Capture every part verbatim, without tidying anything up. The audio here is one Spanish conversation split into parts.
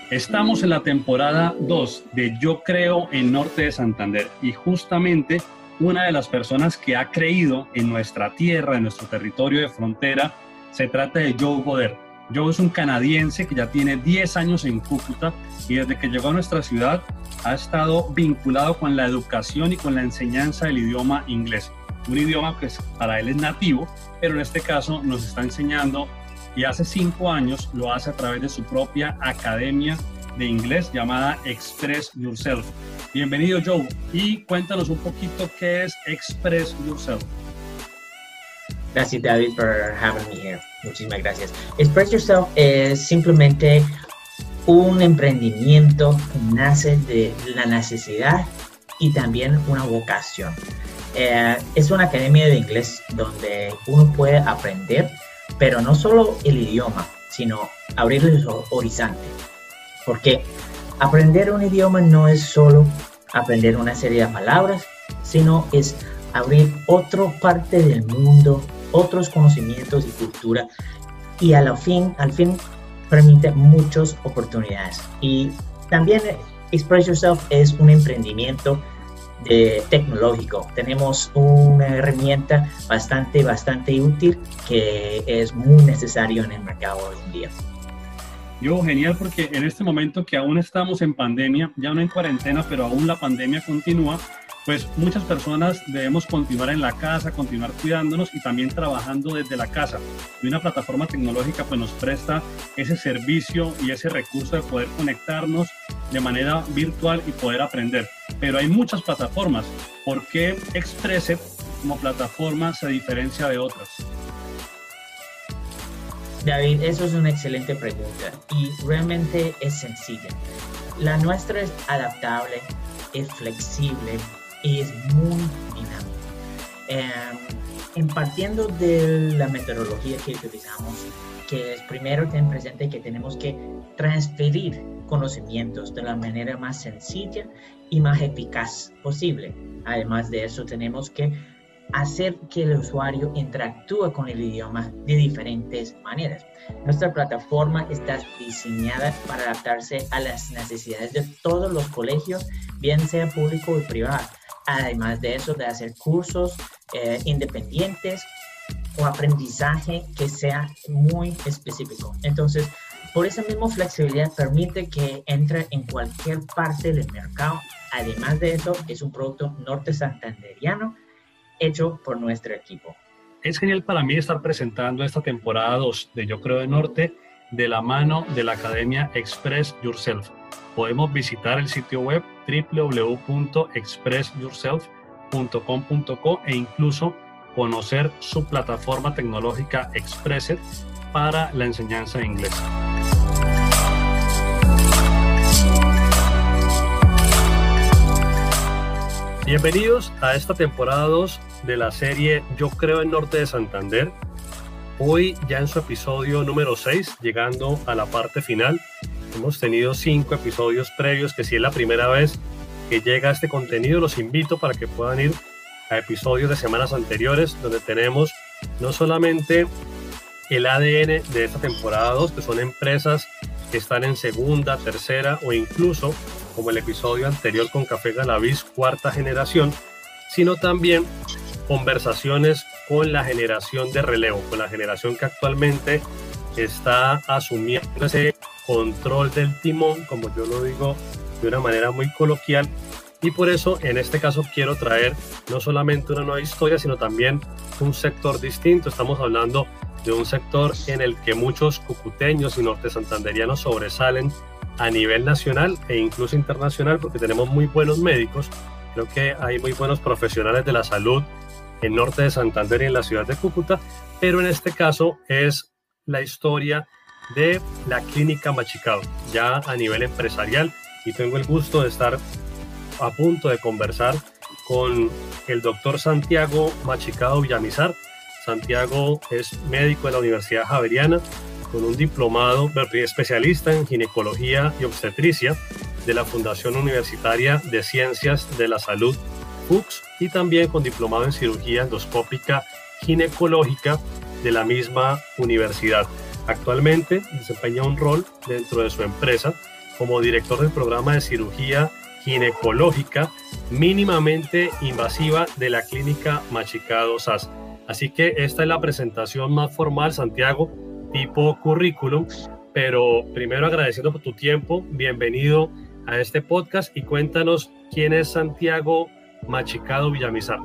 Estamos en la temporada dos de Yo Creo en Norte de Santander y justamente una de las personas que ha creído en nuestra tierra, en nuestro territorio de frontera, se trata de Joe Goddard. Joe es un canadiense que ya tiene diez años en Cúcuta y desde que llegó a nuestra ciudad ha estado vinculado con la educación y con la enseñanza del idioma inglés. Un idioma que para él es nativo, pero en este caso nos está enseñando y hace cinco años lo hace a través de su propia academia de inglés llamada Express Yourself. Bienvenido, Joe, y cuéntanos un poquito qué es Express Yourself. Gracias, David, por having me here. Muchísimas gracias. Express Yourself es simplemente un emprendimiento que nace de la necesidad y también una vocación. Eh, es una academia de inglés donde uno puede aprender, pero no solo el idioma, sino abrir los horizontes. Porque aprender un idioma no es solo aprender una serie de palabras, sino es abrir otra parte del mundo, otros conocimientos y cultura, y al fin, al fin permite muchas oportunidades. Y también Express Yourself es un emprendimiento de tecnológico. Tenemos una herramienta bastante, bastante útil que es muy necesario en el mercado hoy en día. Yo, genial, porque en este momento que aún estamos en pandemia, ya no en cuarentena, pero aún la pandemia continúa, pues muchas personas debemos continuar en la casa, continuar cuidándonos y también trabajando desde la casa. Y una plataforma tecnológica pues nos presta ese servicio y ese recurso de poder conectarnos de manera virtual y poder aprender. Pero hay muchas plataformas. ¿Por qué Express como plataforma se diferencia de otras? David, eso es una excelente pregunta y realmente es sencilla. La nuestra es adaptable, es flexible y es muy dinámica. Eh, en partiendo de la metodología que utilizamos, que es primero ten presente que tenemos que transferir conocimientos de la manera más sencilla y más eficaz posible. Además de eso, tenemos que hacer que el usuario interactúe con el idioma de diferentes maneras. Nuestra plataforma está diseñada para adaptarse a las necesidades de todos los colegios, bien sea público y privado. Además de eso, de hacer cursos eh, independientes o aprendizaje que sea muy específico. Entonces, por esa misma flexibilidad permite que entre en cualquier parte del mercado. Además de eso, es un producto norte santanderiano hecho por nuestro equipo. Es genial para mí estar presentando esta temporada dos de Yo Creo en Norte de la mano de la Academia Express Yourself. Podemos visitar el sitio web doble u doble u doble u punto express yourself punto com punto co e incluso conocer su plataforma tecnológica Expresset para la enseñanza de inglés. Bienvenidos a esta temporada dos de la serie Yo Creo en Norte de Santander. Hoy ya en su episodio número seis, llegando a la parte final. Hemos tenido cinco episodios previos, que si es la primera vez que llega este contenido, los invito para que puedan ir a episodios de semanas anteriores, donde tenemos no solamente el A D N de esta temporada dos, que son empresas que están en segunda, tercera o incluso, como el episodio anterior con Café Galaviz, cuarta generación, sino también conversaciones con la generación de relevo, con la generación que actualmente está asumiendo ese control del timón, como yo lo digo de una manera muy coloquial, y por eso en este caso quiero traer no solamente una nueva historia, sino también un sector distinto. Estamos hablando de un sector en el que muchos cucuteños y norte santanderianos sobresalen a nivel nacional e incluso internacional, porque tenemos muy buenos médicos. Creo que hay muy buenos profesionales de la salud en norte de Santander y en la ciudad de Cúcuta, pero en este caso es la historia de la Clínica Machicado, ya a nivel empresarial, y tengo el gusto de estar a punto de conversar con el doctor Santiago Machicado Villamizar. Santiago es médico de la Universidad Javeriana, con un diplomado especialista en ginecología y obstetricia de la Fundación Universitaria de Ciencias de la Salud, F U C S, y también con diplomado en cirugía endoscópica ginecológica de la misma universidad. Actualmente desempeña un rol dentro de su empresa como director del programa de cirugía ginecológica mínimamente invasiva de la clínica Machicado S A S. Así que esta es la presentación más formal, Santiago, tipo currículum, pero primero agradeciendo por tu tiempo, bienvenido a este podcast y cuéntanos quién es Santiago Machicado Villamizar.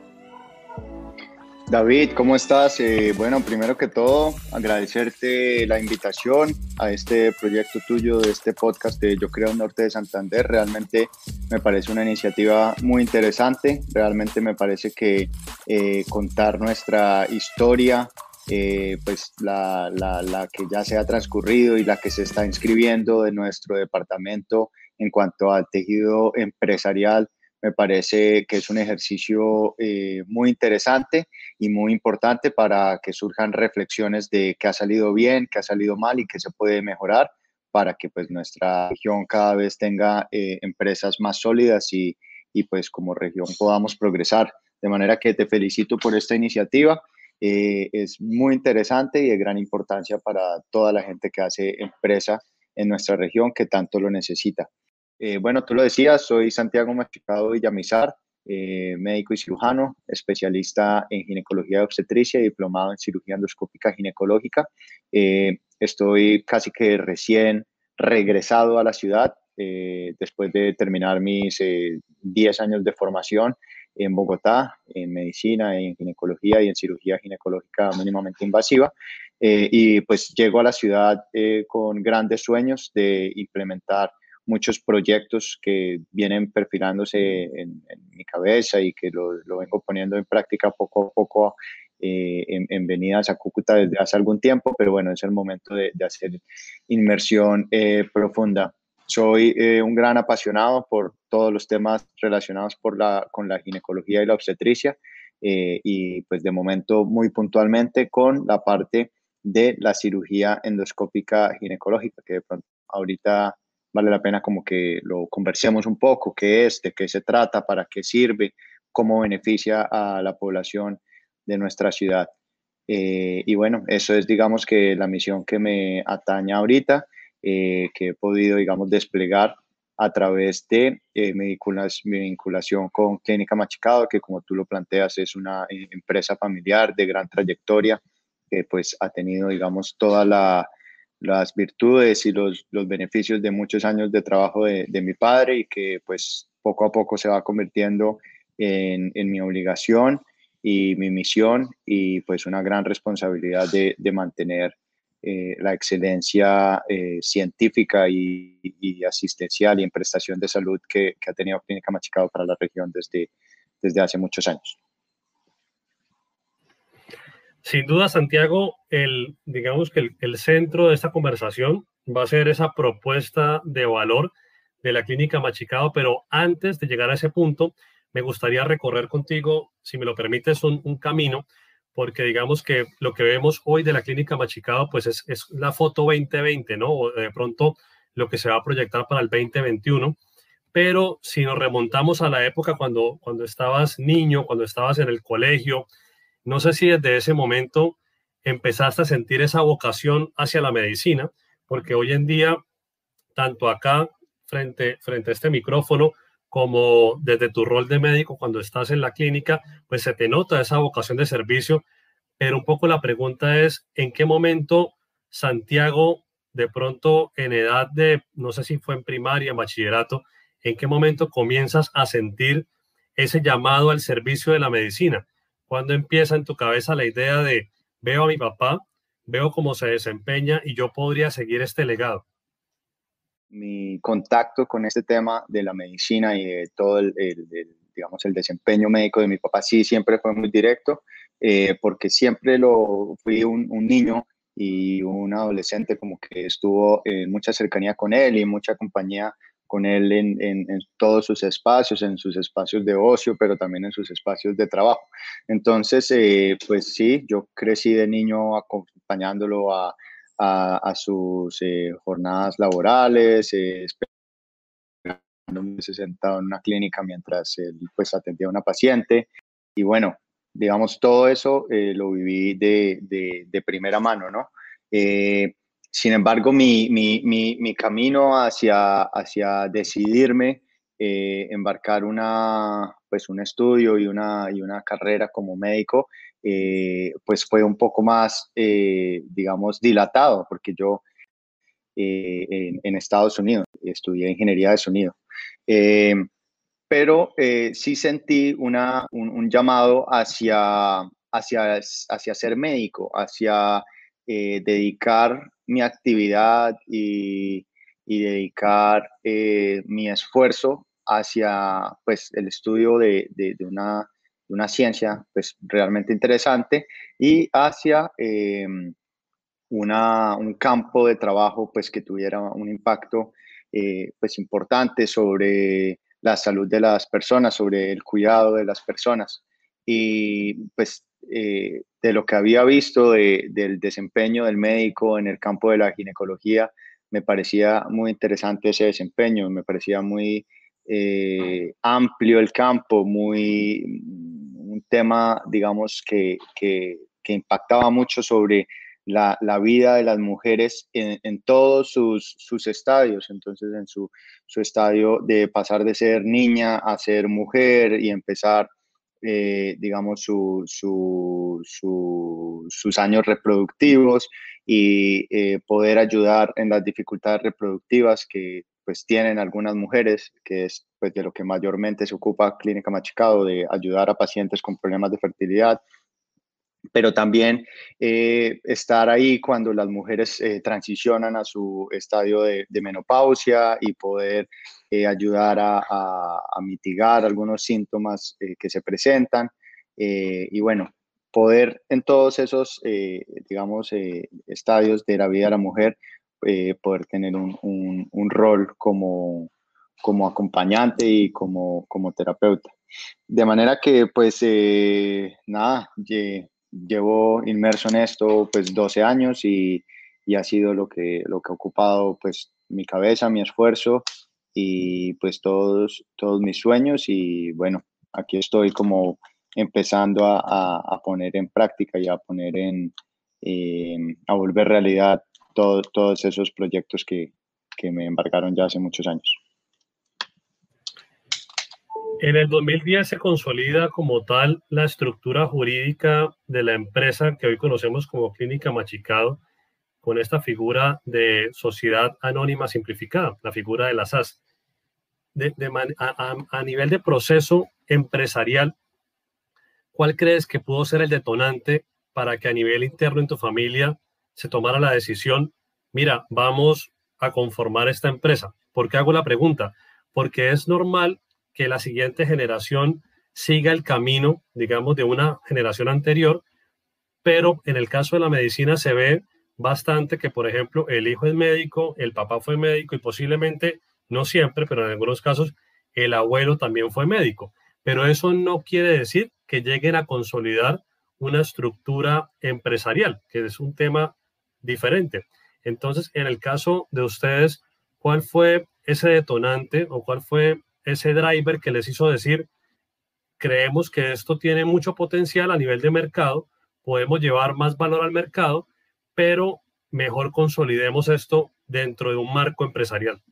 David, ¿cómo estás? Eh, bueno, primero que todo, agradecerte la invitación a este proyecto tuyo, de este podcast de Yo Creo en Norte de Santander. Realmente me parece una iniciativa muy interesante. Realmente me parece que eh, contar nuestra historia, eh, pues la, la, la que ya se ha transcurrido y la que se está inscribiendo de nuestro departamento en cuanto al tejido empresarial, me parece que es un ejercicio eh, muy interesante y muy importante para que surjan reflexiones de qué ha salido bien, qué ha salido mal y qué se puede mejorar para que pues nuestra región cada vez tenga eh, empresas más sólidas y, y pues como región podamos progresar. De manera que te felicito por esta iniciativa. Eh, es muy interesante y de gran importancia para toda la gente que hace empresa en nuestra región que tanto lo necesita. Eh, bueno, tú lo decías, soy Santiago Machicado Villamizar, eh, médico y cirujano, especialista en ginecología y obstetricia y diplomado en cirugía endoscópica ginecológica. Eh, estoy casi que recién regresado a la ciudad eh, después de terminar mis eh, diez años de formación en Bogotá, en medicina, en ginecología y en cirugía ginecológica mínimamente invasiva. Eh, y pues llego a la ciudad eh, con grandes sueños de implementar muchos proyectos que vienen perfilándose en, en mi cabeza y que lo, lo vengo poniendo en práctica poco a poco eh, en, en venidas a Cúcuta desde hace algún tiempo, pero bueno, es el momento de, de hacer inmersión eh, profunda. Soy eh, un gran apasionado por todos los temas relacionados por la, con la ginecología y la obstetricia eh, y pues de momento muy puntualmente con la parte de la cirugía endoscópica ginecológica, que de pronto ahorita vale la pena como que lo conversemos un poco, qué es, de qué se trata, para qué sirve, cómo beneficia a la población de nuestra ciudad. Eh, y bueno, eso es, digamos, que la misión que me atañe ahorita, eh, que he podido, digamos, desplegar a través de eh, mi, vinculación, mi vinculación con Clínica Machicado, que como tú lo planteas es una eh, empresa familiar de gran trayectoria, que pues ha tenido, digamos, toda la las virtudes y los, los beneficios de muchos años de trabajo de, de mi padre y que pues poco a poco se va convirtiendo en, en mi obligación y mi misión y pues una gran responsabilidad de, de mantener eh, la excelencia eh, científica y, y asistencial y en prestación de salud que, que ha tenido Clínica Machicado para la región desde, desde hace muchos años. Sin duda, Santiago, el, digamos que el, el centro de esta conversación va a ser esa propuesta de valor de la Clínica Machicado, pero antes de llegar a ese punto, me gustaría recorrer contigo, si me lo permites, un, un camino, porque digamos que lo que vemos hoy de la Clínica Machicado, pues es, es la foto veinte veinte, ¿no? O de pronto lo que se va a proyectar para el veinte veintiuno, pero si nos remontamos a la época cuando, cuando estabas niño, cuando estabas en el colegio, no sé si desde ese momento empezaste a sentir esa vocación hacia la medicina, porque hoy en día, tanto acá frente, frente a este micrófono, como desde tu rol de médico cuando estás en la clínica, pues se te nota esa vocación de servicio. Pero un poco la pregunta es, ¿en qué momento Santiago, de pronto en edad de, no sé si fue en primaria, en bachillerato, en qué momento comienzas a sentir ese llamado al servicio de la medicina? ¿Cuándo empieza en tu cabeza la idea de veo a mi papá, veo cómo se desempeña y yo podría seguir este legado? Mi contacto con este tema de la medicina y de todo el, el, el digamos, el desempeño médico de mi papá sí siempre fue muy directo, eh, porque siempre lo fui un, un niño y un adolescente como que estuvo en mucha cercanía con él y mucha compañía con él en, en, en todos sus espacios, en sus espacios de ocio, pero también en sus espacios de trabajo. Entonces, eh, pues sí, yo crecí de niño acompañándolo a, a, a sus eh, jornadas laborales, eh, sentado en una clínica mientras él pues atendía a una paciente. Y bueno, digamos, todo eso eh, lo viví de, de, de primera mano, ¿no? Eh, sin embargo, mi, mi, mi, mi camino hacia, hacia decidirme eh, embarcar una, pues un estudio y una, y una carrera como médico, eh, pues fue un poco más, eh, digamos, dilatado, porque yo eh, en, en, Estados Unidos estudié ingeniería de sonido. Eh, pero eh, sí sentí una, un, un llamado hacia, hacia, hacia ser médico, hacia eh, dedicar mi actividad y, y dedicar eh, mi esfuerzo hacia pues, el estudio de, de, de, una, de una ciencia pues, realmente interesante y hacia eh, una, un campo de trabajo pues, que tuviera un impacto eh, pues, importante sobre la salud de las personas, sobre el cuidado de las personas. Y pues eh, de lo que había visto de, del desempeño del médico en el campo de la ginecología, me parecía muy interesante ese desempeño, me parecía muy eh, amplio el campo, muy un tema, digamos, que, que, que impactaba mucho sobre la, la, vida de las mujeres en, en todos sus, sus, estadios, entonces en su, su estadio de pasar de ser niña a ser mujer y empezar, eh, digamos, su, su, su, sus años reproductivos y eh, poder ayudar en las dificultades reproductivas que pues tienen algunas mujeres, que es pues de lo que mayormente se ocupa Clínica Machicado, de ayudar a pacientes con problemas de fertilidad, pero también eh, estar ahí cuando las mujeres eh, transicionan a su estadio de, de menopausia y poder eh, ayudar a, a, a mitigar algunos síntomas eh, que se presentan. Eh, y bueno, poder en todos esos, eh, digamos, eh, estadios de la vida de la mujer, eh, poder tener un, un, un rol como, como acompañante y como, como terapeuta. De manera que, pues, eh, nada, llevo inmerso en esto pues doce años y, y ha sido lo que, lo que ha ocupado pues mi cabeza, mi esfuerzo y pues todos, todos mis sueños y bueno, aquí estoy como empezando a, a, a poner en práctica y a poner en, eh, a volver realidad todo, todos esos proyectos que, que me embarcaron ya hace muchos años. En el dos mil diez se consolida como tal la estructura jurídica de la empresa que hoy conocemos como Clínica Machicado, con esta figura de sociedad anónima simplificada, la figura de la S A S. De, de man, a, a, a nivel de proceso empresarial, ¿cuál crees que pudo ser el detonante para que a nivel interno en tu familia se tomara la decisión, mira, vamos a conformar esta empresa? ¿Por qué hago la pregunta? Porque es normal que la siguiente generación siga el camino, digamos, de una generación anterior, pero en el caso de la medicina se ve bastante que, por ejemplo, el hijo es médico, el papá fue médico y posiblemente, no siempre, pero en algunos casos, el abuelo también fue médico. Pero eso no quiere decir que lleguen a consolidar una estructura empresarial, que es un tema diferente. Entonces, en el caso de ustedes, ¿cuál fue ese detonante o cuál fue ese driver que les hizo decir, creemos que esto tiene mucho potencial a nivel de mercado, podemos llevar más valor al mercado, pero mejor consolidemos esto dentro de un marco empresarial?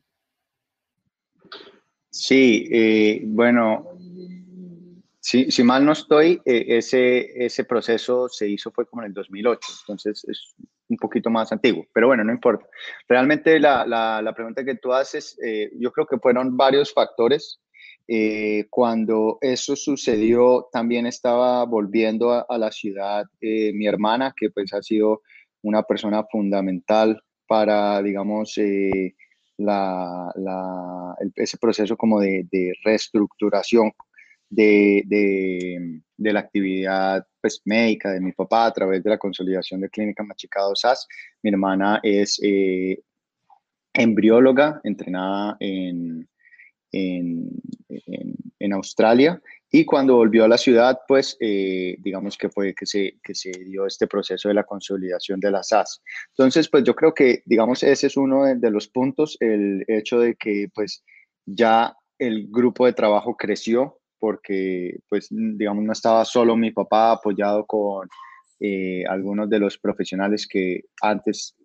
Sí, eh, bueno, si, si mal no estoy, eh, ese, ese proceso se hizo fue como en el dos mil ocho, entonces es un poquito más antiguo, pero bueno, no importa. Realmente la, la, la pregunta que tú haces, eh, yo creo que fueron varios factores. Eh, cuando eso sucedió, también estaba volviendo a, a la ciudad eh, mi hermana, que pues ha sido una persona fundamental para, digamos, eh, la, la, el, ese proceso como de, de reestructuración de, de, de, la actividad pues, médica de mi papá a través de la consolidación de Clínica Machicado S A S. Mi hermana es eh, embrióloga, entrenada en, en, en, en Australia, y cuando volvió a la ciudad, pues eh, digamos que fue que se, que se dio este proceso de la consolidación de la S A S. Entonces, pues yo creo que, digamos, ese es uno de, de los puntos, el hecho de que pues ya el grupo de trabajo creció, porque pues digamos no estaba solo mi papá apoyado con eh, algunos de los profesionales que antes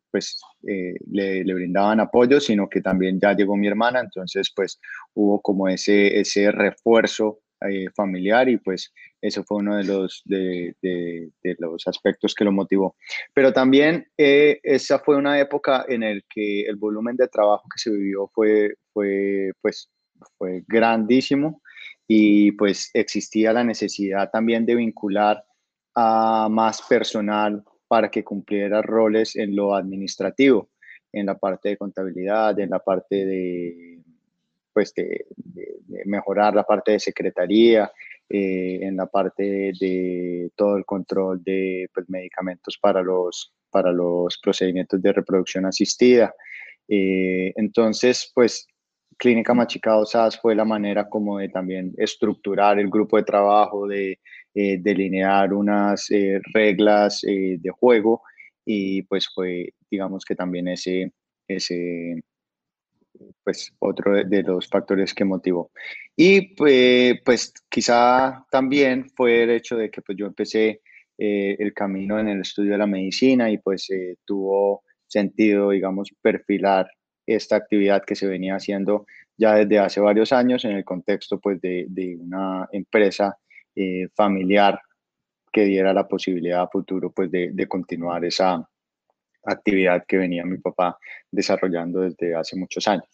pues eh, le, le brindaban apoyo, sino que también ya llegó mi hermana, entonces pues hubo como ese, ese refuerzo eh, familiar y pues eso fue uno de los, de, de, de los aspectos que lo motivó. Pero también eh, esa fue una época en la que el volumen de trabajo que se vivió fue, fue, pues, fue grandísimo y pues existía la necesidad también de vincular a más personal para que cumpliera roles en lo administrativo, en la parte de contabilidad, en la parte de, pues de, de, de mejorar la parte de secretaría, eh, en la parte de, de todo el control de pues, medicamentos para los, para los procedimientos de reproducción asistida. Eh, entonces, pues Clínica Machicado S A S fue la manera como de también estructurar el grupo de trabajo, de eh, delinear unas eh, reglas eh, de juego y pues fue, digamos que también ese, ese pues otro de, de los factores que motivó. Y pues, pues quizá también fue el hecho de que pues yo empecé eh, el camino en el estudio de la medicina y pues eh, tuvo sentido, digamos, perfilar esta actividad que se venía haciendo ya desde hace varios años en el contexto pues de, de una empresa eh, familiar que diera la posibilidad a futuro pues de, de continuar esa actividad que venía mi papá desarrollando desde hace muchos años.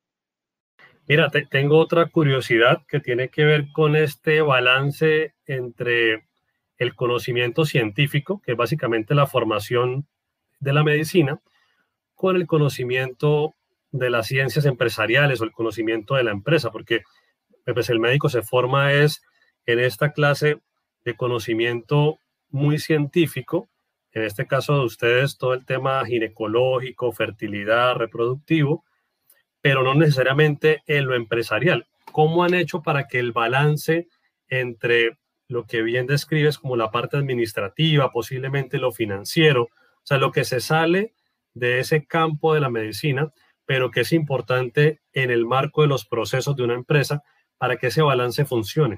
Mira, te, tengo otra curiosidad que tiene que ver con este balance entre el conocimiento científico, que es básicamente la formación de la medicina, con el conocimiento de las ciencias empresariales o el conocimiento de la empresa, porque pues, el médico se forma es en esta clase de conocimiento muy científico, en este caso de ustedes todo el tema ginecológico, fertilidad, reproductivo, pero no necesariamente en lo empresarial. ¿Cómo han hecho para que el balance entre lo que bien describes como la parte administrativa, posiblemente lo financiero, o sea, lo que se sale de ese campo de la medicina, pero que es importante en el marco de los procesos de una empresa para que ese balance funcione?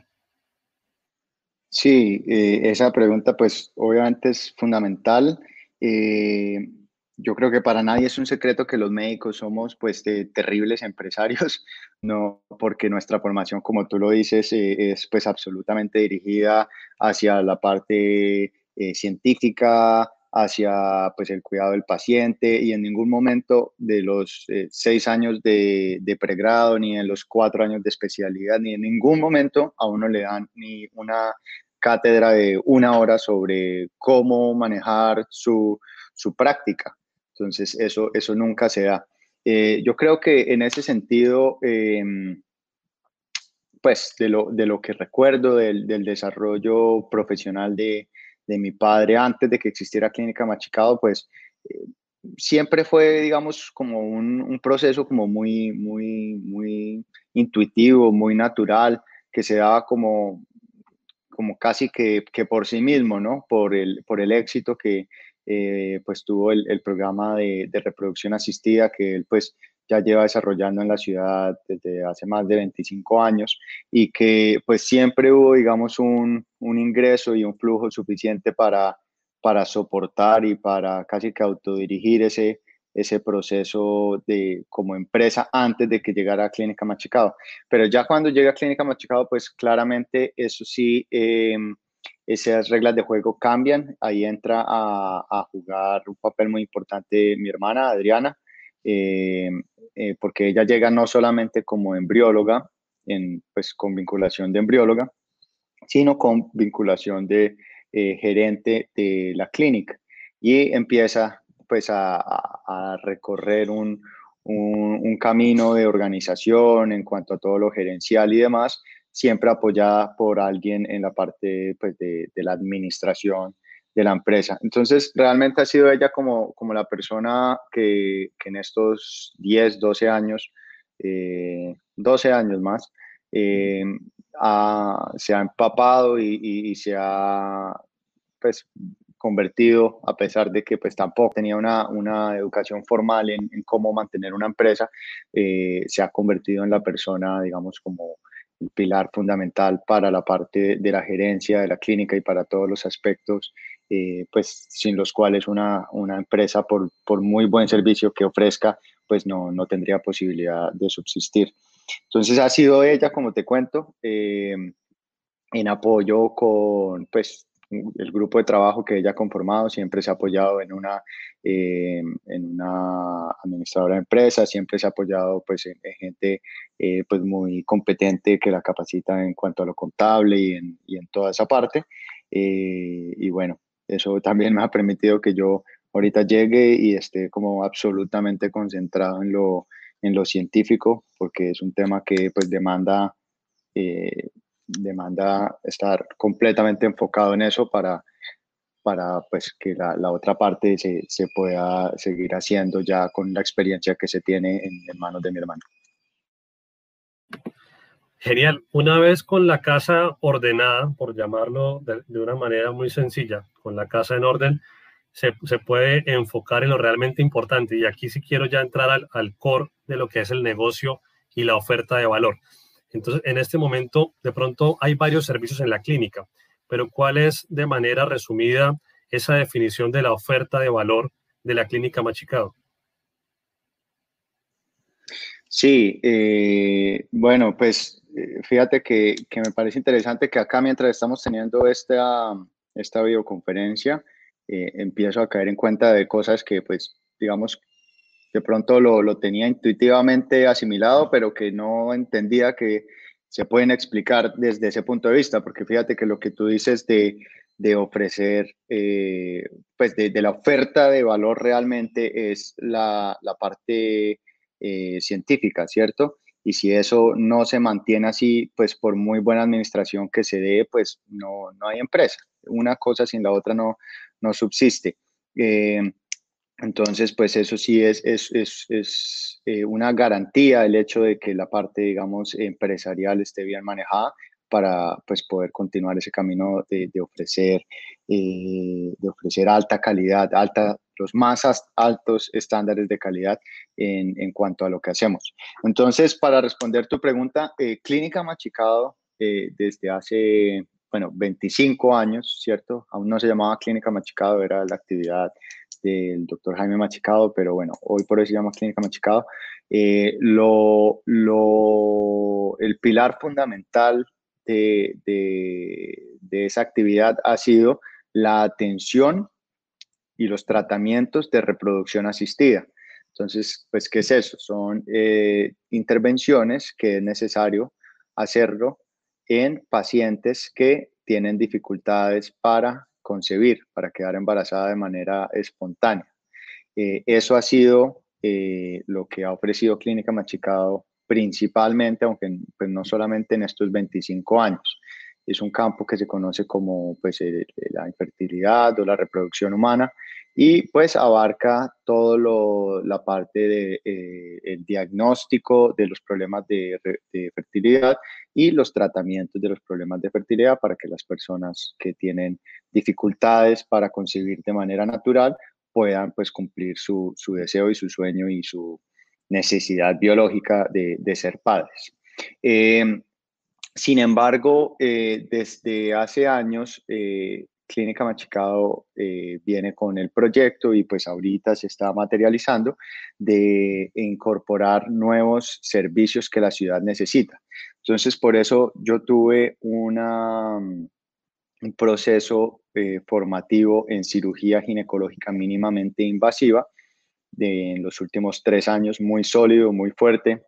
Sí, eh, esa pregunta pues obviamente es fundamental. Eh, yo creo que para nadie es un secreto que los médicos somos pues de terribles empresarios, no porque nuestra formación, como tú lo dices, eh, es pues absolutamente dirigida hacia la parte eh, científica, hacia pues el cuidado del paciente y en ningún momento de los eh, seis años de, de pregrado, ni en los cuatro años de especialidad, ni en ningún momento a uno le dan ni una cátedra de una hora sobre cómo manejar su, su práctica. Entonces, eso, eso nunca se da. Eh, yo creo que en ese sentido, eh, pues de lo, de lo que recuerdo del, del desarrollo profesional de, de, mi padre antes de que existiera Clínica Machicado, pues eh, siempre fue, digamos, como un, un proceso como muy, muy, muy intuitivo, muy natural, que se daba como como casi que, que por sí mismo, ¿no? Por el, por el éxito que eh, pues tuvo el, el programa de, de, reproducción asistida que él pues ya lleva desarrollando en la ciudad desde hace más de veinticinco años y que pues siempre hubo, digamos, un, un ingreso y un flujo suficiente para, para soportar y para casi que autodirigir ese, ese proceso de, como empresa antes de que llegara a Clínica Machicado. Pero ya cuando llega a Clínica Machicado, pues claramente eso sí, eh, esas reglas de juego cambian. Ahí entra a, a, jugar un papel muy importante mi hermana Adriana, eh, eh, porque ella llega no solamente como embrióloga, en, pues con vinculación de embrióloga, sino con vinculación de eh, gerente de la clínica. Y empieza pues a, a, a recorrer un, un, un, camino de organización en cuanto a todo lo gerencial y demás, siempre apoyada por alguien en la parte pues, de, de la administración de la empresa. Entonces, realmente ha sido ella como, como la persona que, que en estos diez, doce años, eh, doce años más, eh, ha, se ha empapado y, y, y se ha pues convertido, a pesar de que pues tampoco tenía una, una educación formal en, en cómo mantener una empresa, eh, se ha convertido en la persona, digamos, como el pilar fundamental para la parte de la gerencia de la clínica y para todos los aspectos eh, pues sin los cuales una, una empresa, por, por muy buen servicio que ofrezca, pues no, no tendría posibilidad de subsistir. Entonces ha sido ella, como te cuento, eh, en apoyo con, pues, el grupo de trabajo que ella ha conformado, siempre se ha apoyado en una, eh, en una administradora de empresas, siempre se ha apoyado, pues, en, en gente, eh, pues, muy competente que la capacita en cuanto a lo contable y en, y en toda esa parte. Eh, y bueno, eso también me ha permitido que yo ahorita llegue y esté como absolutamente concentrado en lo, en lo científico, porque es un tema que, pues, demanda... Eh, demanda estar completamente enfocado en eso para, para pues, que la, la otra parte se, se pueda seguir haciendo ya con la experiencia que se tiene en, en manos de mi hermano. Genial. Una vez con la casa ordenada, por llamarlo de, de una manera muy sencilla, con la casa en orden, se, se puede enfocar en lo realmente importante. Y aquí sí quiero ya entrar al, al core de lo que es el negocio y la oferta de valor. Entonces, en este momento, de pronto hay varios servicios en la clínica, pero ¿cuál es de manera resumida esa definición de la oferta de valor de la clínica Machicado? Sí, eh, bueno, pues eh, fíjate que, que me parece interesante que acá mientras estamos teniendo esta, esta videoconferencia, eh, empiezo a caer en cuenta de cosas que pues digamos de pronto lo, lo tenía intuitivamente asimilado, pero que no entendía que se pueden explicar desde ese punto de vista, porque fíjate que lo que tú dices de, de ofrecer, eh, pues de, de la oferta de valor realmente es la, la parte eh, científica, ¿cierto? Y si eso no se mantiene así, pues por muy buena administración que se dé, pues no, no hay empresa. Una cosa sin la otra no, no subsiste. Eh, entonces, pues eso sí es, es, es, es eh, una garantía el hecho de que la parte, digamos, empresarial esté bien manejada para pues, poder continuar ese camino de, de ofrecer, eh, de ofrecer alta calidad, alta, los más altos estándares de calidad en, en cuanto a lo que hacemos. Entonces, para responder tu pregunta, eh, Clínica Machicado eh, desde hace, bueno, veinticinco años, ¿cierto? Aún no se llamaba Clínica Machicado, era la actividad del doctor Jaime Machicado, pero bueno, hoy por hoy se llama Clínica Machicado. Eh, lo, lo, el pilar fundamental de, de, de esa actividad ha sido la atención y los tratamientos de reproducción asistida. Entonces, pues, ¿qué es eso? Son eh, intervenciones que es necesario hacerlo en pacientes que tienen dificultades para concebir, para quedar embarazada de manera espontánea. Eh, eso ha sido eh, lo que ha ofrecido Clínica Machicado principalmente, aunque pues, no solamente en estos veinticinco años. Es un campo que se conoce como pues, el, la infertilidad o la reproducción humana y pues abarca toda la parte del de, eh, diagnóstico de los problemas de, de fertilidad y los tratamientos de los problemas de fertilidad para que las personas que tienen dificultades para concebir de manera natural puedan pues cumplir su, su deseo y su sueño y su necesidad biológica de, de ser padres. Eh, sin embargo, eh, desde hace años, eh, Clínica Machicado eh, viene con el proyecto y pues ahorita se está materializando de incorporar nuevos servicios que la ciudad necesita. Entonces, por eso yo tuve una, un proceso eh, formativo en cirugía ginecológica mínimamente invasiva de, en los últimos tres años, muy sólido, muy fuerte,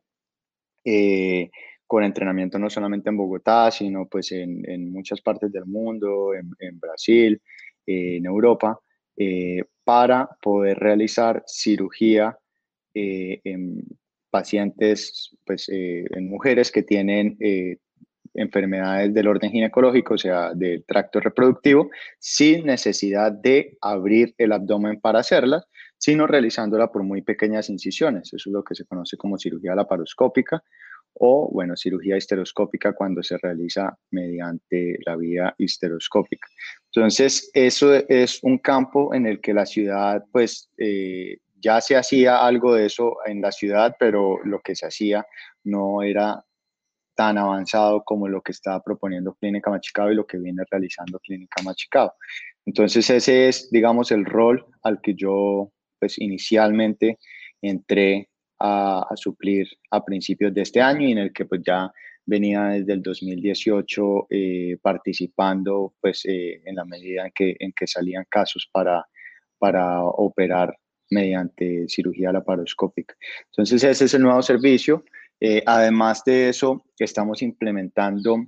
eh, con entrenamiento no solamente en Bogotá, sino pues en, en muchas partes del mundo, en, en Brasil, eh, en Europa, eh, para poder realizar cirugía eh, en pacientes, pues eh, en mujeres que tienen eh, enfermedades del orden ginecológico, o sea, del tracto reproductivo, sin necesidad de abrir el abdomen para hacerlas, sino realizándola por muy pequeñas incisiones. Eso es lo que se conoce como cirugía laparoscópica o, bueno, cirugía histeroscópica cuando se realiza mediante la vía histeroscópica. Entonces, eso es un campo en el que la ciudad, pues, eh, ya se hacía algo de eso en la ciudad, pero lo que se hacía no era tan avanzado como lo que está proponiendo Clínica Machicado y lo que viene realizando Clínica Machicado. Entonces ese es, digamos, el rol al que yo pues inicialmente entré a, a suplir a principios de este año y en el que pues ya venía desde el dos mil dieciocho eh, participando pues eh, en la medida en que, en que salían casos para, para operar mediante cirugía laparoscópica. Entonces ese es el nuevo servicio. Eh, además de eso, estamos implementando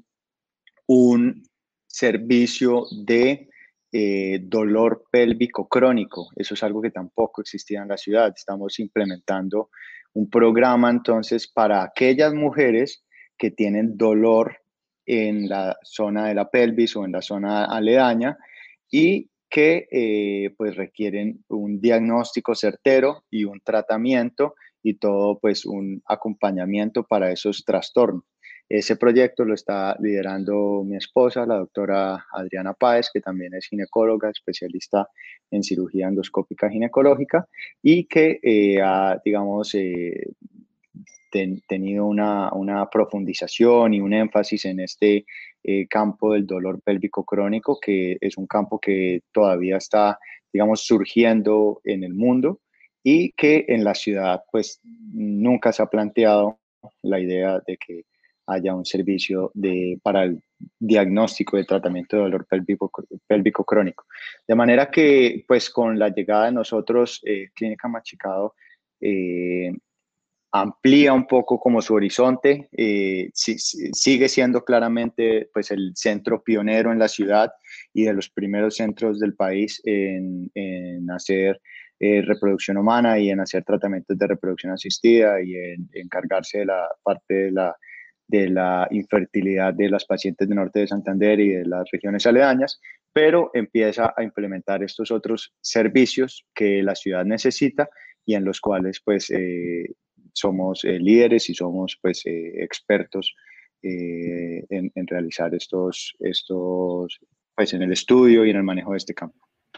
un servicio de eh, dolor pélvico crónico. Eso es algo que tampoco existía en la ciudad. Estamos implementando un programa entonces para aquellas mujeres que tienen dolor en la zona de la pelvis o en la zona aledaña y que eh, pues requieren un diagnóstico certero y un tratamiento y todo pues un acompañamiento para esos trastornos. Ese proyecto lo está liderando mi esposa, la doctora Adriana Páez, que también es ginecóloga, especialista en cirugía endoscópica ginecológica y que eh, ha, digamos, eh, ten, tenido una, una, profundización y un énfasis en este eh, campo del dolor pélvico crónico, que es un campo que todavía está, digamos, surgiendo en el mundo y que en la ciudad, pues, nunca se ha planteado la idea de que haya un servicio de, para el diagnóstico y tratamiento de dolor pélvico, pélvico crónico. De manera que, pues, con la llegada de nosotros, eh, Clínica Machicado, eh, amplía un poco como su horizonte, eh, si, si, sigue siendo claramente pues, el centro pionero en la ciudad y de los primeros centros del país en, en hacer eh, reproducción humana y en hacer tratamientos de reproducción asistida y en, en encargarse de la parte de la, de la infertilidad de las pacientes del norte de Santander y de las regiones aledañas, pero empieza a implementar estos otros servicios que la ciudad necesita y en los cuales pues eh, somos eh, líderes y somos pues eh, expertos eh, en, en, realizar estos, estos, pues en el estudio y en el manejo de este campo.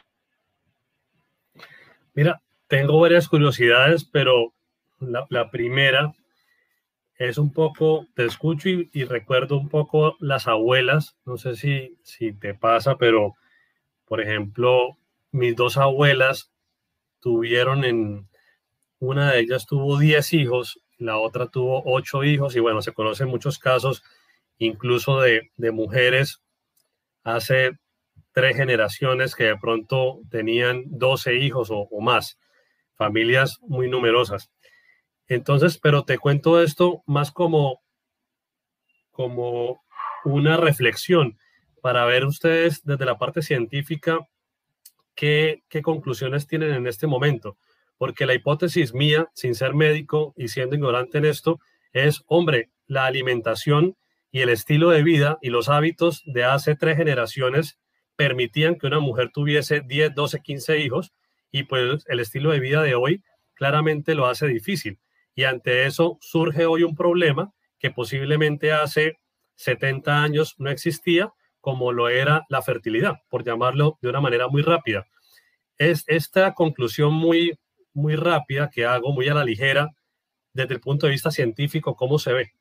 Mira, tengo varias curiosidades, pero la, la primera es un poco, te escucho y, y recuerdo un poco las abuelas, no sé si, si te pasa, pero por ejemplo, mis dos abuelas tuvieron en, una de ellas tuvo diez hijos, la otra tuvo ocho hijos y bueno, se conocen muchos casos incluso de, de mujeres hace tres generaciones que de pronto tenían doce hijos o, o más, familias muy numerosas. Entonces, pero te cuento esto más como, como una reflexión para ver ustedes desde la parte científica qué, qué conclusiones tienen en este momento. Porque la hipótesis mía, sin ser médico y siendo ignorante en esto, es, hombre, la alimentación y el estilo de vida y los hábitos de hace tres generaciones permitían que una mujer tuviese diez, doce, quince hijos y pues el estilo de vida de hoy claramente lo hace difícil. Y ante eso surge hoy un problema que posiblemente hace setenta años no existía, como lo era la fertilidad, por llamarlo de una manera muy rápida. Es esta conclusión muy, muy rápida que hago, muy a la ligera, desde el punto de vista científico, ¿cómo se ve?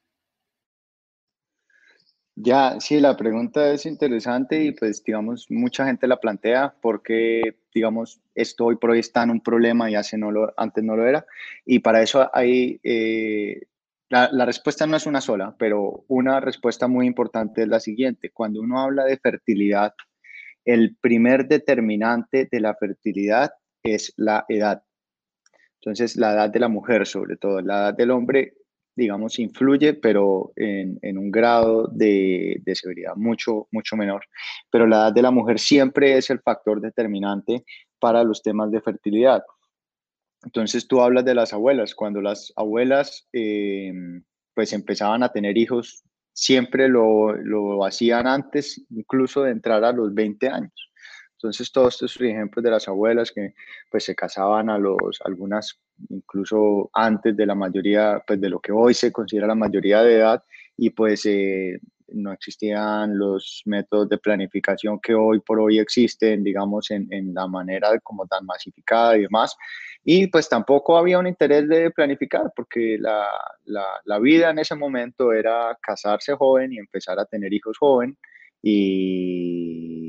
Ya, sí, la pregunta es interesante y pues digamos, mucha gente la plantea porque digamos, esto hoy por hoy está en un problema y hace no lo, antes no lo era y para eso hay, eh, la, la respuesta no es una sola, pero una respuesta muy importante es la siguiente. Cuando uno habla de fertilidad, el primer determinante de la fertilidad es la edad. Entonces, la edad de la mujer, sobre todo, la edad del hombre, digamos, influye, pero en, en un grado de, de severidad mucho, mucho menor. Pero la edad de la mujer siempre es el factor determinante para los temas de fertilidad. Entonces, tú hablas de las abuelas. Cuando las abuelas, eh, pues, empezaban a tener hijos, siempre lo, lo hacían antes, incluso de entrar a los veinte años. Entonces, todos estos ejemplos de las abuelas que pues se casaban a los, algunas incluso antes de la mayoría, pues de lo que hoy se considera la mayoría de edad y pues eh, no existían los métodos de planificación que hoy por hoy existen, digamos, en, en la manera como tan masificada y demás. Y pues tampoco había un interés de planificar porque la, la, la vida en ese momento era casarse joven y empezar a tener hijos joven. Y,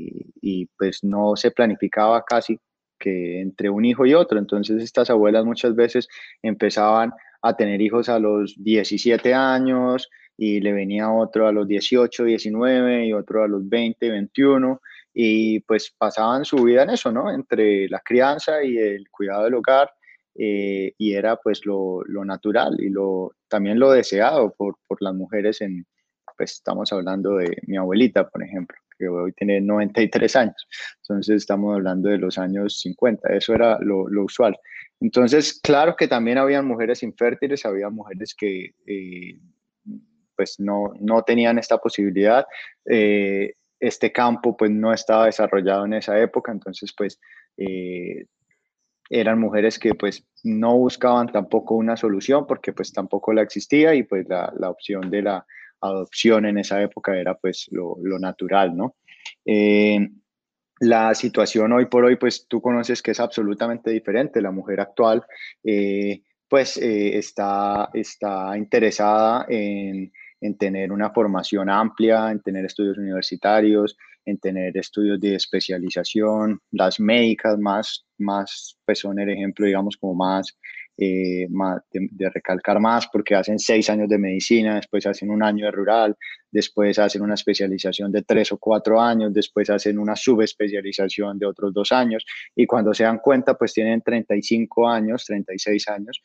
y pues no se planificaba casi que entre un hijo y otro. Entonces estas abuelas muchas veces empezaban a tener hijos a los diecisiete años y le venía otro a los dieciocho, diecinueve y otro a los veinte, veintiuno, y pues pasaban su vida en eso, ¿no? Entre la crianza y el cuidado del hogar, eh, y era pues lo, lo natural y lo, también lo deseado por, por las mujeres en, pues estamos hablando de mi abuelita, por ejemplo, que hoy tiene noventa y tres años, entonces estamos hablando de los años cincuenta, eso era lo, lo usual. Entonces, claro que también había mujeres infértiles, había mujeres que eh, pues no, no tenían esta posibilidad. Eh, este campo pues no estaba desarrollado en esa época, entonces pues eh, eran mujeres que pues no buscaban tampoco una solución porque pues tampoco la existía y pues la, la opción de la adopción en esa época era pues lo, lo natural, ¿no? Eh, la situación hoy por hoy, pues tú conoces que es absolutamente diferente. La mujer actual, eh, pues eh, está, está interesada en, en tener una formación amplia, en tener estudios universitarios, en tener estudios de especialización. Las médicas más, más pues son el ejemplo, digamos, como más, eh, más de, de recalcar más, porque hacen seis años de medicina, después hacen un año de rural, después hacen una especialización de tres o cuatro años, después hacen una subespecialización de otros dos años, y cuando se dan cuenta, pues tienen treinta y cinco años, treinta y seis años,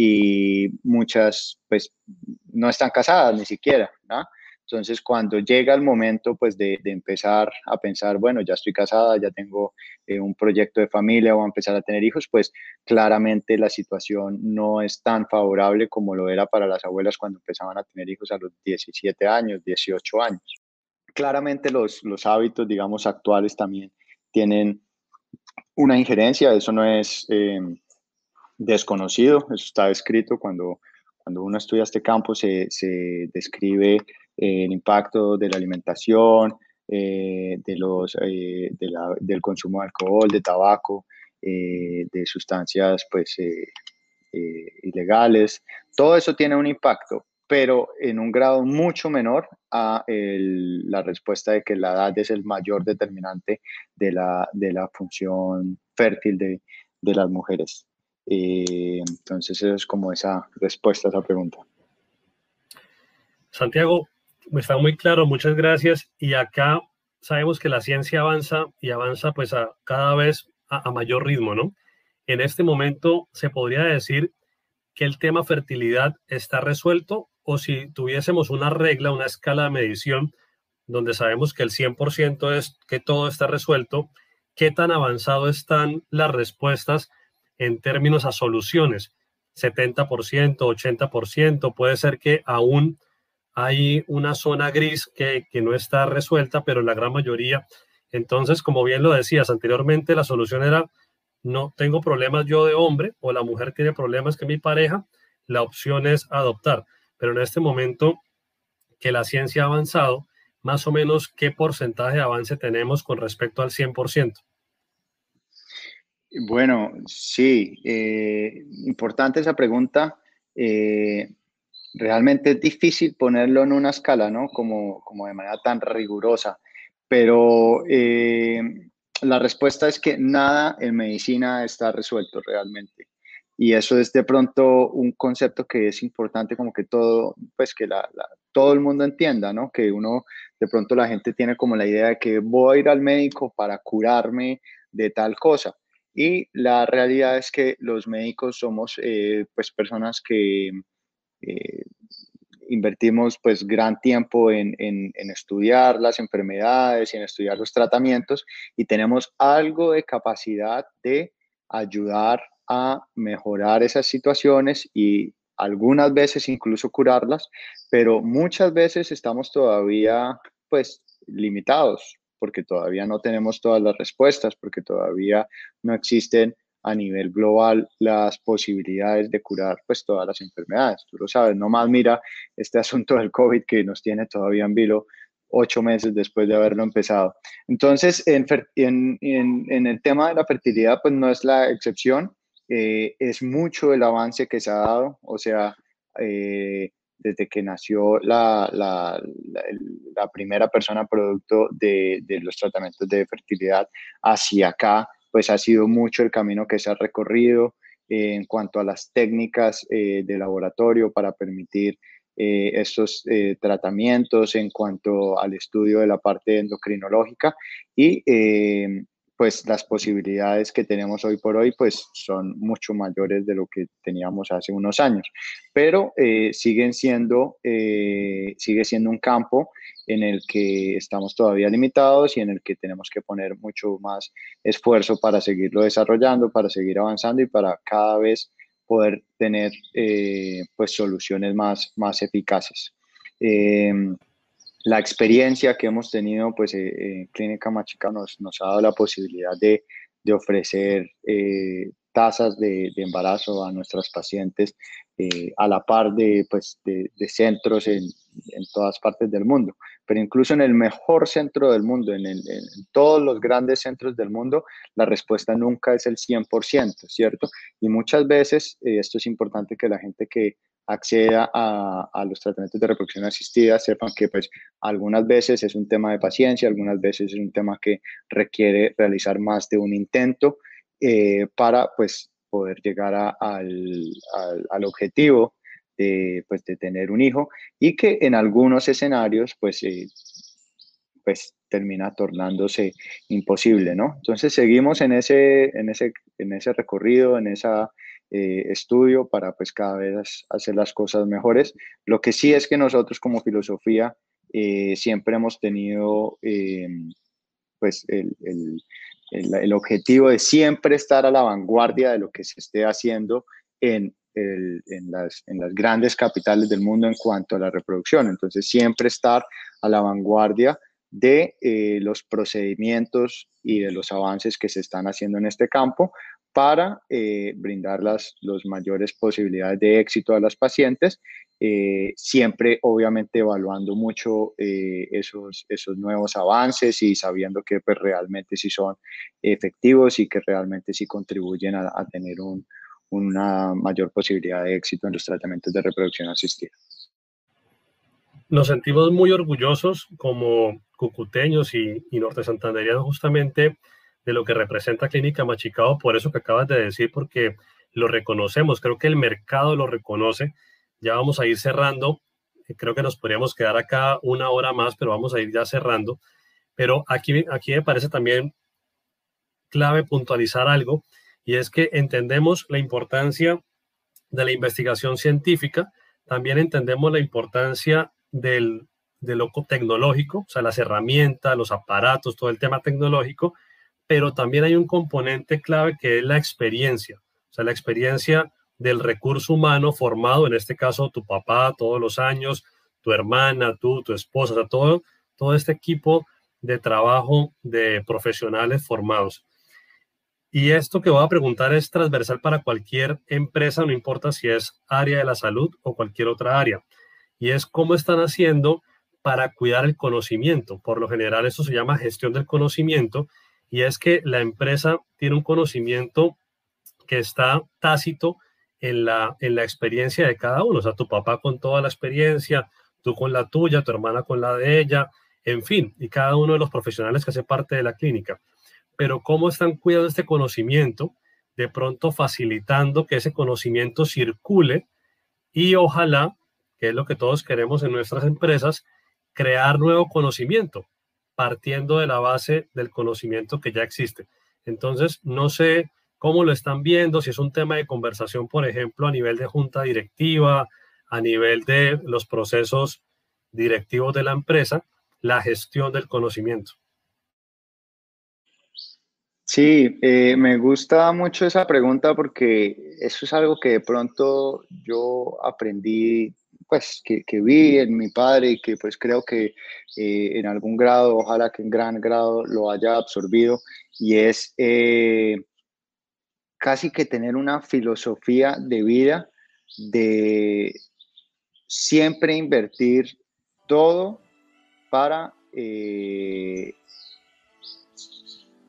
y muchas, pues, no están casadas ni siquiera, ¿no? Entonces, cuando llega el momento, pues, de, de empezar a pensar, bueno, ya estoy casada, ya tengo eh, un proyecto de familia, voy a empezar a tener hijos, pues, claramente la situación no es tan favorable como lo era para las abuelas cuando empezaban a tener hijos a los diecisiete años, dieciocho años. Claramente los, los hábitos, digamos, actuales también tienen una injerencia, eso no es eh, desconocido, eso está escrito cuando, cuando uno estudia este campo, se, se describe eh, el impacto de la alimentación, eh, de los, eh, de la, del consumo de alcohol, de tabaco, eh, de sustancias pues, eh, eh, ilegales. Todo eso tiene un impacto, pero en un grado mucho menor a el, la respuesta de que la edad es el mayor determinante de la, de la función fértil de, de las mujeres. Eh, entonces, eso es como esa respuesta a esa pregunta. Santiago, está muy claro, muchas gracias. Y acá sabemos que la ciencia avanza y avanza pues a cada vez a, a mayor ritmo, ¿no? En este momento se podría decir que el tema fertilidad está resuelto, o si tuviésemos una regla, una escala de medición donde sabemos que el cien por ciento es que todo está resuelto, ¿qué tan avanzado están las respuestas en términos a soluciones? setenta por ciento, ochenta por ciento, puede ser que aún hay una zona gris que, que no está resuelta, pero la gran mayoría. Entonces, como bien lo decías anteriormente, la solución era: no tengo problemas yo de hombre, o la mujer tiene problemas que mi pareja, la opción es adoptar. Pero en este momento que la ciencia ha avanzado, más o menos, ¿qué porcentaje de avance tenemos con respecto al cien por ciento? Bueno, sí, eh, importante esa pregunta. Eh, realmente es difícil ponerlo en una escala, ¿no? Como, como de manera tan rigurosa, pero eh, la respuesta es que nada en medicina está resuelto realmente. Y eso es de pronto un concepto que es importante, como que todo, pues que la, la, todo el mundo entienda, ¿no? Que uno, de pronto la gente tiene como la idea de que voy a ir al médico para curarme de tal cosa. Y la realidad es que los médicos somos eh, pues personas que eh, invertimos pues gran tiempo en, en, en estudiar las enfermedades y en estudiar los tratamientos, y tenemos algo de capacidad de ayudar a mejorar esas situaciones y algunas veces incluso curarlas, pero muchas veces estamos todavía pues limitados porque todavía no tenemos todas las respuestas, porque todavía no existen a nivel global las posibilidades de curar pues todas las enfermedades. Tú lo sabes, nomás mira este asunto del COVID que nos tiene todavía en vilo ocho meses después de haberlo empezado. Entonces, en, en, en, en el tema de la fertilidad, pues no es la excepción. Eh, es mucho el avance que se ha dado, o sea, eh, desde que nació la, la, la, la primera persona producto de, de los tratamientos de fertilidad hacia acá, pues ha sido mucho el camino que se ha recorrido eh, en cuanto a las técnicas eh, de laboratorio para permitir eh, estos eh, tratamientos, en cuanto al estudio de la parte endocrinológica y eh, pues las posibilidades que tenemos hoy por hoy pues son mucho mayores de lo que teníamos hace unos años, pero eh, siguen siendo, eh, sigue siendo un campo en el que estamos todavía limitados y en el que tenemos que poner mucho más esfuerzo para seguirlo desarrollando, para seguir avanzando y para cada vez poder tener eh, pues soluciones más, más eficaces. Eh, la experiencia que hemos tenido pues, eh, en Clínica Machicao nos, nos ha dado la posibilidad de, de ofrecer eh, tasas de, de embarazo a nuestras pacientes eh, a la par de, pues, de, de centros en, en todas partes del mundo. Pero incluso en el mejor centro del mundo, en, el, en todos los grandes centros del mundo, la respuesta nunca es el cien por ciento, ¿cierto? Y muchas veces, eh, esto es importante que la gente que acceda a, a los tratamientos de reproducción asistida sepan que pues algunas veces es un tema de paciencia, algunas veces es un tema que requiere realizar más de un intento eh, para pues poder llegar a, al, al, al objetivo de, pues, de tener un hijo y que en algunos escenarios pues, eh, pues termina tornándose imposible, ¿no? Entonces seguimos en ese, en ese, en ese recorrido, en ese eh, estudio para pues cada vez hacer las cosas mejores. Lo que sí es que nosotros como filosofía eh, siempre hemos tenido eh, pues el, el, el, el objetivo de siempre estar a la vanguardia de lo que se esté haciendo en el, en, las, en las grandes capitales del mundo en cuanto a la reproducción. Entonces, siempre estar a la vanguardia de eh, los procedimientos y de los avances que se están haciendo en este campo para eh, brindar las los mayores posibilidades de éxito a las pacientes, eh, siempre obviamente evaluando mucho eh, esos, esos nuevos avances y sabiendo que pues, realmente sí son efectivos y que realmente sí contribuyen a, a tener un, una mayor posibilidad de éxito en los tratamientos de reproducción asistida. Nos sentimos muy orgullosos como cucuteños y, y norte santanderianos justamente de lo que representa Clínica Machicao, por eso que acabas de decir, porque lo reconocemos, creo que el mercado lo reconoce. Ya vamos a ir cerrando, creo que nos podríamos quedar acá una hora más, pero vamos a ir ya cerrando. Pero aquí, aquí me parece también clave puntualizar algo, y es que entendemos la importancia de la investigación científica, también entendemos la importancia del, de lo tecnológico, o sea, las herramientas, los aparatos, todo el tema tecnológico, pero también hay un componente clave que es la experiencia, o sea, la experiencia del recurso humano formado, en este caso tu papá todos los años, tu hermana, tú, tu esposa, o sea, todo, todo este equipo de trabajo de profesionales formados. Y esto que voy a preguntar es transversal para cualquier empresa, no importa si es área de la salud o cualquier otra área. Y es cómo están haciendo para cuidar el conocimiento. Por lo general, eso se llama gestión del conocimiento. Y es que la empresa tiene un conocimiento que está tácito en la, en la experiencia de cada uno. O sea, tu papá con toda la experiencia, tú con la tuya, tu hermana con la de ella, en fin, y cada uno de los profesionales que hace parte de la clínica. Pero cómo están cuidando este conocimiento, de pronto facilitando que ese conocimiento circule y ojalá, que es lo que todos queremos en nuestras empresas, crear nuevo conocimiento, partiendo de la base del conocimiento que ya existe. Entonces, no sé cómo lo están viendo, si es un tema de conversación, por ejemplo, a nivel de junta directiva, a nivel de los procesos directivos de la empresa, la gestión del conocimiento. Sí, eh, me gusta mucho esa pregunta porque eso es algo que de pronto yo aprendí, pues que, que vi en mi padre y que pues creo que eh, en algún grado, ojalá que en gran grado lo haya absorbido y es eh, casi que tener una filosofía de vida de siempre invertir todo para... Eh,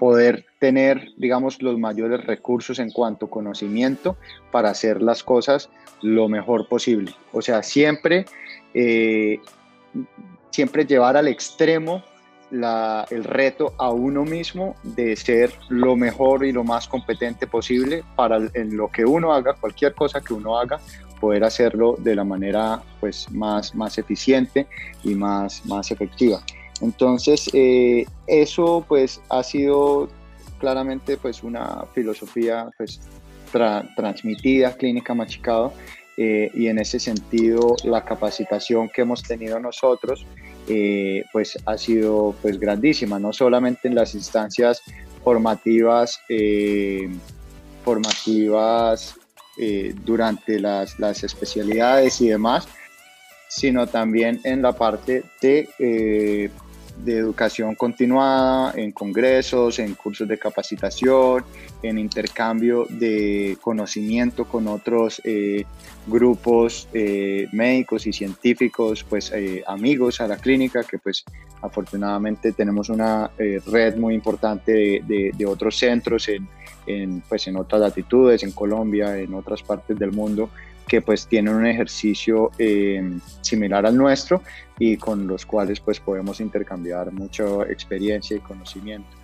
poder tener, digamos, los mayores recursos en cuanto a conocimiento para hacer las cosas lo mejor posible. O sea, siempre, eh, siempre llevar al extremo la, el reto a uno mismo de ser lo mejor y lo más competente posible para en lo que uno haga, cualquier cosa que uno haga, poder hacerlo de la manera pues, más, más eficiente y más, más efectiva. Entonces, eh, eso pues ha sido claramente pues una filosofía pues tra transmitida, Clínica Machicado, eh, y en ese sentido la capacitación que hemos tenido nosotros eh, pues ha sido pues grandísima, no solamente en las instancias formativas, eh, formativas eh, durante las, las especialidades y demás, sino también en la parte de eh, de educación continuada, en congresos, en cursos de capacitación, en intercambio de conocimiento con otros eh, grupos eh, médicos y científicos, pues eh, amigos a la clínica, que pues afortunadamente tenemos una eh, red muy importante de, de, de otros centros en, en, pues, en otras latitudes, en Colombia, en otras partes del mundo, que pues tienen un ejercicio eh, similar al nuestro y con los cuales pues podemos intercambiar mucha experiencia y conocimiento.